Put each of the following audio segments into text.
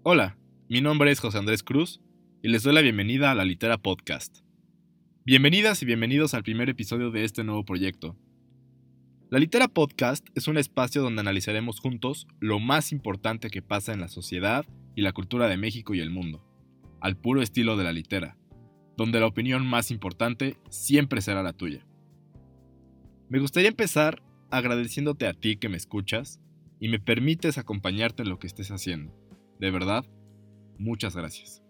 Hola, mi nombre es José Andrés Cruz y les doy la bienvenida a La Litera Podcast. Bienvenidas y bienvenidos al primer episodio de este nuevo proyecto. La Litera Podcast es un espacio donde analizaremos juntos lo más importante que pasa en la sociedad y la cultura de México y el mundo, al puro estilo de La Litera, donde la opinión más importante siempre será la tuya. Me gustaría empezar agradeciéndote a ti que me escuchas y me permites acompañarte en lo que estés haciendo. De verdad, muchas gracias.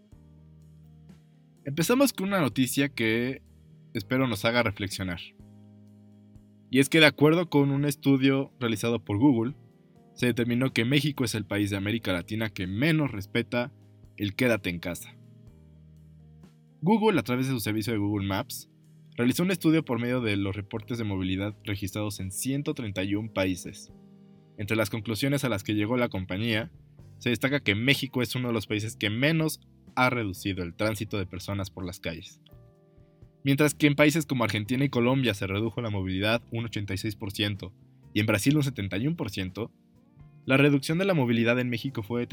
Empezamos con una noticia que espero nos haga reflexionar. Y es que de acuerdo con un estudio realizado por Google, se determinó que México es el país de América Latina que menos respeta el quédate en casa. Google, a través de su servicio de Google Maps, realizó un estudio por medio de los reportes de movilidad registrados en 131 países. Entre las conclusiones a las que llegó la compañía, se destaca que México es uno de los países que menos ha reducido el tránsito de personas por las calles. Mientras que en países como Argentina y Colombia se redujo la movilidad un 86% y en Brasil un 71%, la reducción de la movilidad en México fue de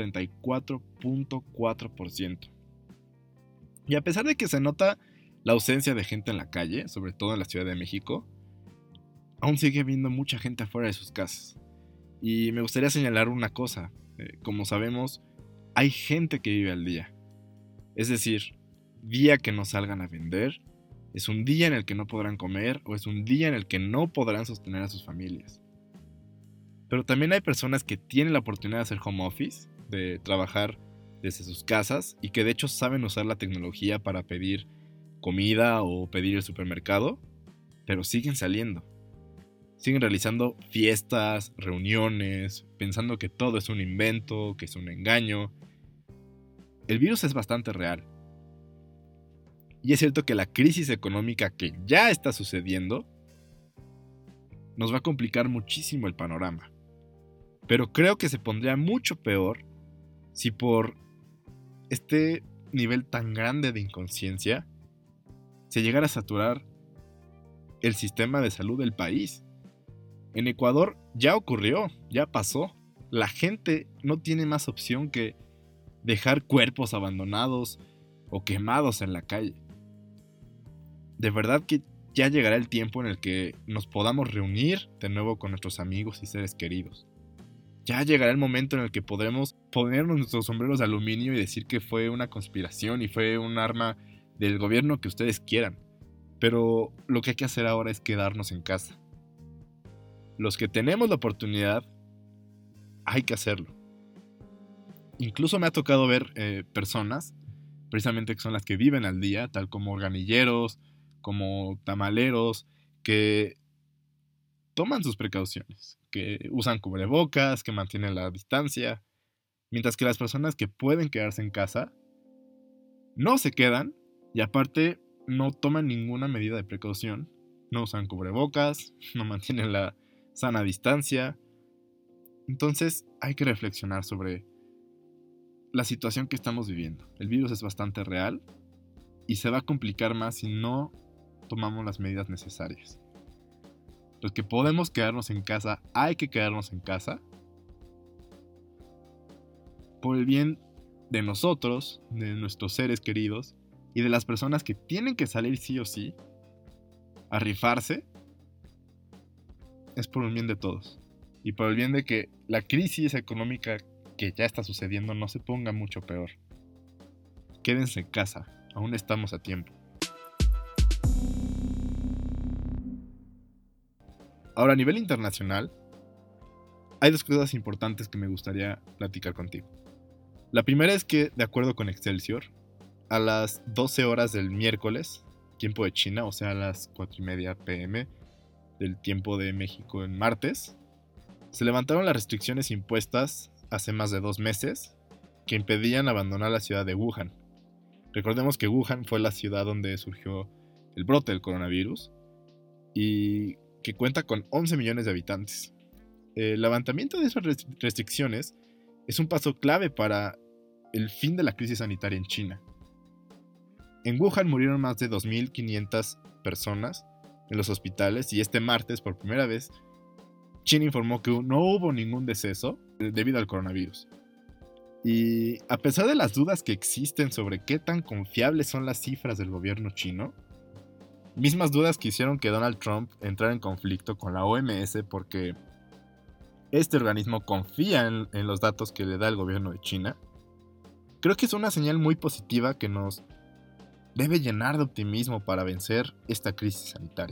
34.4%. Y a pesar de que se nota la ausencia de gente en la calle, sobre todo en la Ciudad de México, aún sigue habiendo mucha gente afuera de sus casas. Y me gustaría señalar una cosa. Como sabemos, hay gente que vive al día. Es decir, día que no salgan a vender, es un día en el que no podrán comer o es un día en el que no podrán sostener a sus familias. Pero también hay personas que tienen la oportunidad de hacer home office, de trabajar desde sus casas y que de hecho saben usar la tecnología para pedir comida o pedir el supermercado, pero siguen saliendo. Siguen realizando fiestas, reuniones, pensando que todo es un invento, que es un engaño. El virus es bastante real. Y es cierto que la crisis económica que ya está sucediendo nos va a complicar muchísimo el panorama. Pero creo que se pondría mucho peor si por este nivel tan grande de inconsciencia se llegara a saturar el sistema de salud del país. En Ecuador ya ocurrió, ya pasó. La gente no tiene más opción que dejar cuerpos abandonados o quemados en la calle. De verdad que ya llegará el tiempo en el que nos podamos reunir de nuevo con nuestros amigos y seres queridos. Ya llegará el momento en el que podremos ponernos nuestros sombreros de aluminio y decir que fue una conspiración y fue un arma del gobierno que ustedes quieran. Pero lo que hay que hacer ahora es quedarnos en casa. Los que tenemos la oportunidad, hay que hacerlo. Incluso me ha tocado ver personas, precisamente que son las que viven al día, tal como organilleros, como tamaleros, que toman sus precauciones, que usan cubrebocas, que mantienen la distancia, mientras que las personas que pueden quedarse en casa no se quedan y aparte no toman ninguna medida de precaución, no usan cubrebocas, no mantienen la sana distancia. Entonces hay que reflexionar sobre la situación que estamos viviendo. El virus es bastante real y se va a complicar más si no tomamos las medidas necesarias. Los que podemos quedarnos en casa, hay que quedarnos en casa por el bien de nosotros, de nuestros seres queridos y de las personas que tienen que salir sí o sí a rifarse. Es por el bien de todos y por el bien de que la crisis económica que ya está sucediendo no se ponga mucho peor. Quédense en casa, aún estamos a tiempo. Ahora, a nivel internacional, hay dos cosas importantes que me gustaría platicar contigo. La primera es que, de acuerdo con Excelsior, a las 12 horas del miércoles, tiempo de China, o sea a las 4:30 p.m. del tiempo de México en martes, se levantaron las restricciones impuestas hace más de 2 meses que impedían abandonar la ciudad de Wuhan. Recordemos que Wuhan fue la ciudad donde surgió el brote del coronavirus y que cuenta con 11 millones de habitantes. El levantamiento de esas restricciones es un paso clave para el fin de la crisis sanitaria en China. En Wuhan murieron más de 2.500 personas en los hospitales y este martes, por primera vez, China informó que no hubo ningún deceso debido al coronavirus. Y a pesar de las dudas que existen sobre qué tan confiables son las cifras del gobierno chino, mismas dudas que hicieron que Donald Trump entrara en conflicto con la OMS porque este organismo confía en los datos que le da el gobierno de China, creo que es una señal muy positiva que nos debe llenar de optimismo para vencer esta crisis sanitaria.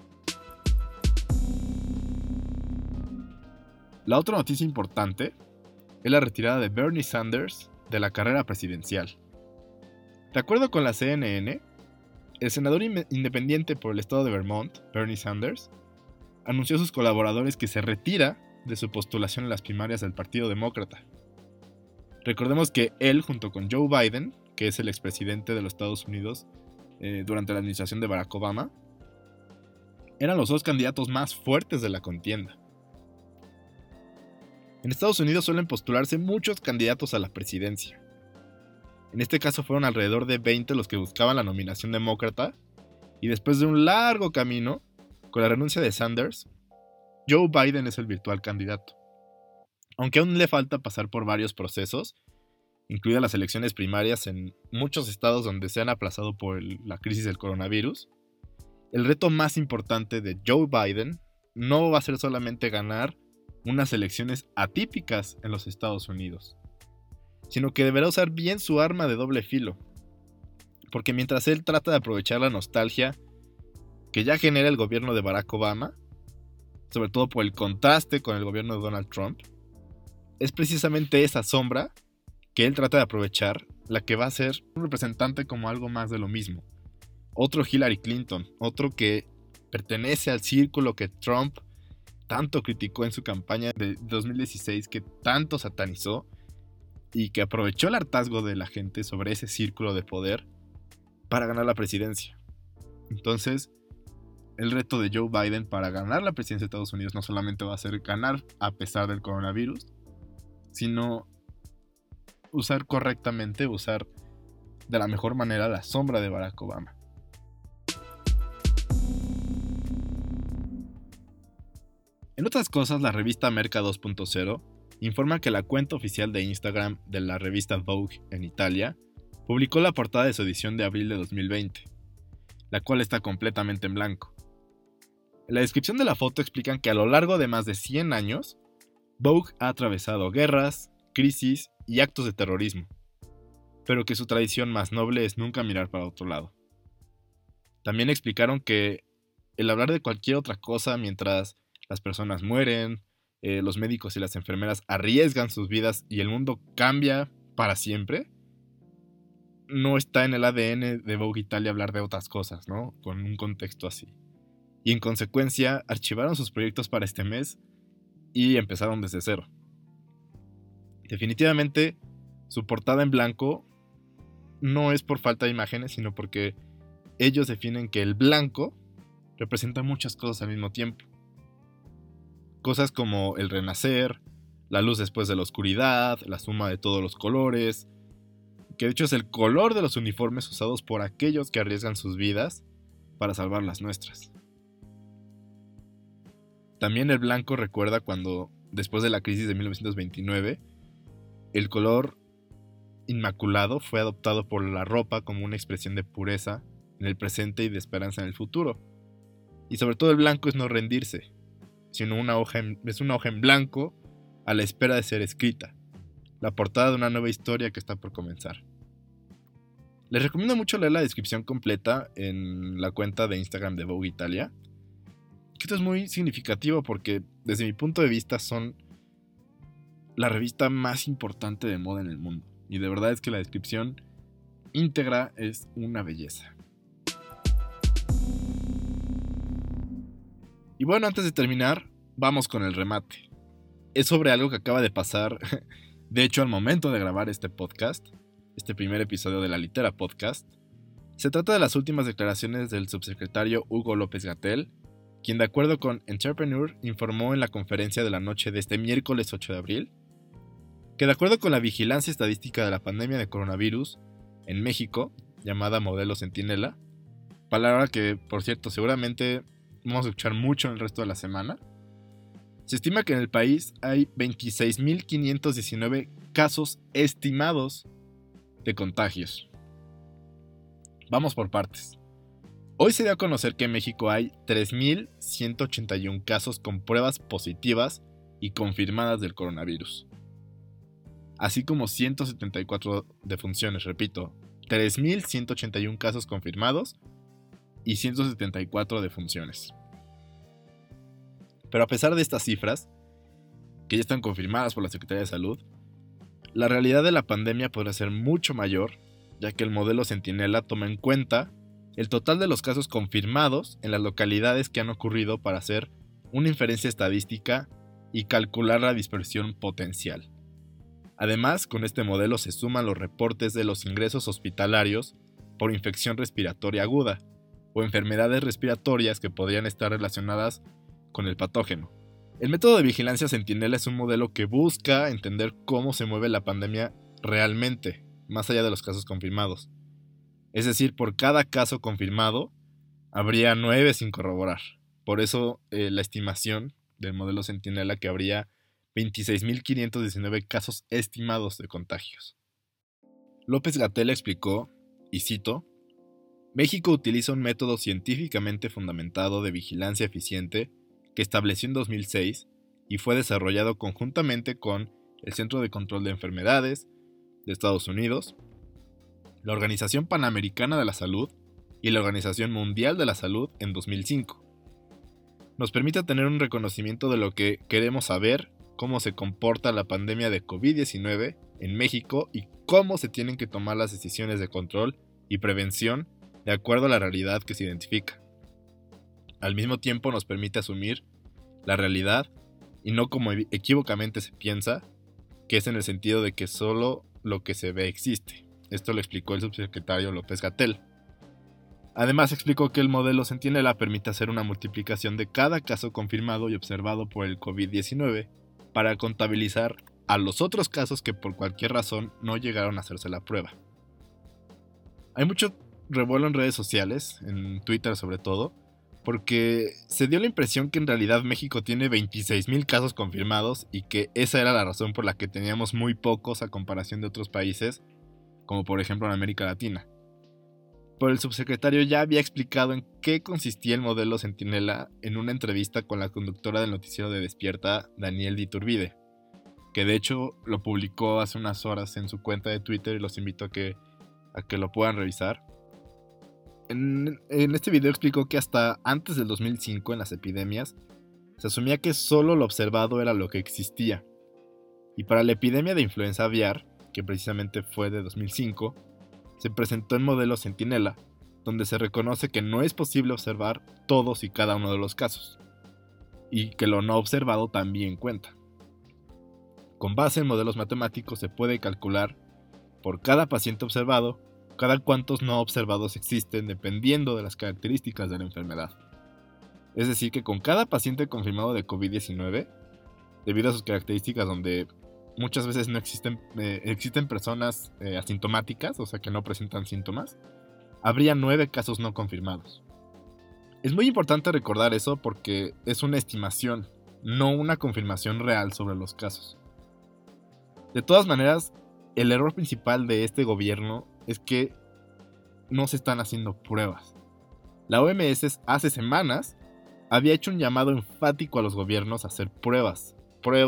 La otra noticia importante es la retirada de Bernie Sanders de la carrera presidencial. De acuerdo con la CNN, el senador independiente por el estado de Vermont, Bernie Sanders, anunció a sus colaboradores que se retira de su postulación en las primarias del Partido Demócrata. Recordemos que él, junto con Joe Biden, que es el expresidente de los Estados Unidos durante la administración de Barack Obama, eran los dos candidatos más fuertes de la contienda. En Estados Unidos suelen postularse muchos candidatos a la presidencia. En este caso fueron alrededor de 20 los que buscaban la nominación demócrata, y después de un largo camino, con la renuncia de Sanders, Joe Biden es el virtual candidato. Aunque aún le falta pasar por varios procesos, incluidas las elecciones primarias en muchos estados donde se han aplazado por la crisis del coronavirus, el reto más importante de Joe Biden no va a ser solamente ganar unas elecciones atípicas en los Estados Unidos, sino que deberá usar bien su arma de doble filo, porque mientras él trata de aprovechar la nostalgia que ya genera el gobierno de Barack Obama, sobre todo por el contraste con el gobierno de Donald Trump, es precisamente esa sombra que él trata de aprovechar la que va a ser un representante como algo más de lo mismo. Otro Hillary Clinton, otro que pertenece al círculo que Trump tanto criticó en su campaña de 2016, que tanto satanizó y que aprovechó el hartazgo de la gente sobre ese círculo de poder para ganar la presidencia. Entonces, el reto de Joe Biden para ganar la presidencia de Estados Unidos no solamente va a ser ganar a pesar del coronavirus, sino usar correctamente, usar de la mejor manera la sombra de Barack Obama. En otras cosas, la revista Merca 2.0 informa que la cuenta oficial de Instagram de la revista Vogue en Italia publicó la portada de su edición de abril de 2020, la cual está completamente en blanco. En la descripción de la foto explican que a lo largo de más de 100 años, Vogue ha atravesado guerras, crisis y actos de terrorismo, pero que su tradición más noble es nunca mirar para otro lado. También explicaron que el hablar de cualquier otra cosa mientras las personas mueren, los médicos y las enfermeras arriesgan sus vidas y el mundo cambia para siempre, no está en el ADN de Vogue Italia hablar de otras cosas, ¿no? Con un contexto así. Y en consecuencia, archivaron sus proyectos para este mes y empezaron desde cero. Definitivamente, su portada en blanco no es por falta de imágenes, sino porque ellos definen que el blanco representa muchas cosas al mismo tiempo. Cosas como el renacer, la luz después de la oscuridad, la suma de todos los colores, que de hecho es el color de los uniformes usados por aquellos que arriesgan sus vidas para salvar las nuestras. También el blanco recuerda cuando, después de la crisis de 1929, el color inmaculado fue adoptado por la ropa como una expresión de pureza en el presente y de esperanza en el futuro. Y sobre todo el blanco es no rendirse, sino es una hoja en blanco a la espera de ser escrita, la portada de una nueva historia que está por comenzar. Les recomiendo mucho leer la descripción completa en la cuenta de Instagram de Vogue Italia, que esto es muy significativo porque desde mi punto de vista son la revista más importante de moda en el mundo, y de verdad es que la descripción íntegra es una belleza. Y bueno, antes de terminar, vamos con el remate. Es sobre algo que acaba de pasar, de hecho al momento de grabar este podcast, este primer episodio de La Litera Podcast. Se trata de las últimas declaraciones del subsecretario Hugo López-Gatell, quien de acuerdo con Entrepreneur informó en la conferencia de la noche de este miércoles 8 de abril, que de acuerdo con la vigilancia estadística de la pandemia de coronavirus en México, llamada Modelo Centinela, palabra que, por cierto, seguramente vamos a escuchar mucho en el resto de la semana, se estima que en el país hay 26.519 casos estimados de contagios. Vamos por partes. Hoy se dio a conocer que en México hay 3.181 casos con pruebas positivas y confirmadas del coronavirus, así como 174 defunciones, repito, 3.181 casos confirmados y 174 defunciones. Pero a pesar de estas cifras, que ya están confirmadas por la Secretaría de Salud, la realidad de la pandemia podrá ser mucho mayor, ya que el modelo Centinela toma en cuenta el total de los casos confirmados en las localidades que han ocurrido para hacer una inferencia estadística y calcular la dispersión potencial. Además, con este modelo se suman los reportes de los ingresos hospitalarios por infección respiratoria aguda o enfermedades respiratorias que podrían estar relacionadas con el patógeno. El método de vigilancia Centinela es un modelo que busca entender cómo se mueve la pandemia realmente, más allá de los casos confirmados. Es decir, por cada caso confirmado, habría 9 sin corroborar. Por eso la estimación del modelo Centinela que habría 26.519 casos estimados de contagios. López-Gatell explicó, y cito, México utiliza un método científicamente fundamentado de vigilancia eficiente que estableció en 2006 y fue desarrollado conjuntamente con el Centro de Control de Enfermedades de Estados Unidos, la Organización Panamericana de la Salud y la Organización Mundial de la Salud en 2005. Nos permite tener un reconocimiento de lo que queremos saber, cómo se comporta la pandemia de COVID-19 en México y cómo se tienen que tomar las decisiones de control y prevención de acuerdo a la realidad que se identifica. Al mismo tiempo nos permite asumir la realidad y no como equívocamente se piensa, que es en el sentido de que solo lo que se ve existe. Esto lo explicó el subsecretario López-Gatell. Además explicó que el modelo Centinela permite hacer una multiplicación de cada caso confirmado y observado por el COVID-19 para contabilizar a los otros casos que por cualquier razón no llegaron a hacerse la prueba. Hay mucho revuelo en redes sociales, en Twitter sobre todo, porque se dio la impresión que en realidad México tiene 26.000 casos confirmados y que esa era la razón por la que teníamos muy pocos a comparación de otros países, como por ejemplo en América Latina. Pero el subsecretario ya había explicado en qué consistía el modelo Centinela en una entrevista con la conductora del noticiero de Despierta, Daniel de Iturbide, que de hecho lo publicó hace unas horas en su cuenta de Twitter y los invito a que lo puedan revisar. En este video explicó que hasta antes del 2005 en las epidemias se asumía que solo lo observado era lo que existía. Y para la epidemia de influenza aviar, que precisamente fue de 2005, se presentó el modelo Centinela, donde se reconoce que no es posible observar todos y cada uno de los casos, y que lo no observado también cuenta. Con base en modelos matemáticos se puede calcular, por cada paciente observado, cada cuántos no observados existen dependiendo de las características de la enfermedad. Es decir, que con cada paciente confirmado de COVID-19, debido a sus características donde muchas veces no existen personas asintomáticas, o sea que no presentan síntomas, habría 9 casos no confirmados. Es muy importante recordar eso porque es una estimación, no una confirmación real sobre los casos. De todas maneras, el error principal de este gobierno es que no se están haciendo pruebas. La OMS hace semanas había hecho un llamado enfático a los gobiernos a hacer pruebas.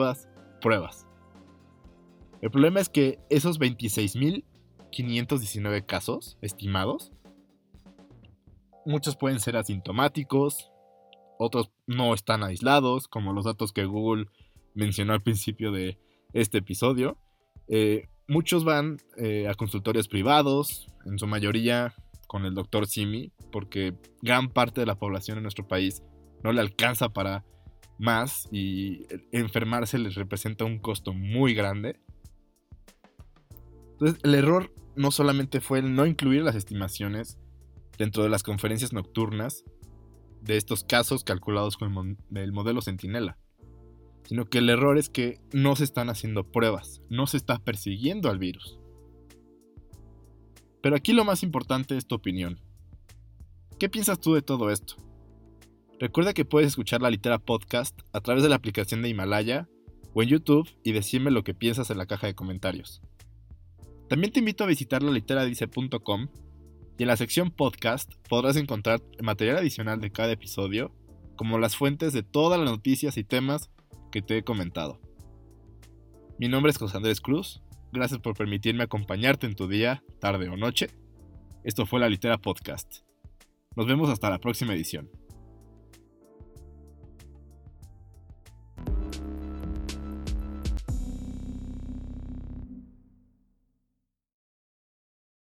El problema es que esos 26.519 casos estimados, muchos pueden ser asintomáticos, otros no están aislados, como los datos que Google mencionó al principio de este episodio. Muchos van a consultorios privados, en su mayoría con el Dr. Simi, porque gran parte de la población en nuestro país no le alcanza para más y enfermarse les representa un costo muy grande. Entonces, el error no solamente fue el no incluir las estimaciones dentro de las conferencias nocturnas de estos casos calculados con el modelo Centinela, sino que el error es que no se están haciendo pruebas, no se está persiguiendo al virus. Pero aquí lo más importante es tu opinión. ¿Qué piensas tú de todo esto? Recuerda que puedes escuchar la Litera Podcast a través de la aplicación de Himalaya o en YouTube y decirme lo que piensas en la caja de comentarios. También te invito a visitar loliteradice.com y en la sección podcast podrás encontrar material adicional de cada episodio, como las fuentes de todas las noticias y temas que te he comentado. Mi nombre es José Andrés Cruz, gracias por permitirme acompañarte en tu día, tarde o noche. Esto fue La Litera Podcast. Nos vemos hasta la próxima edición.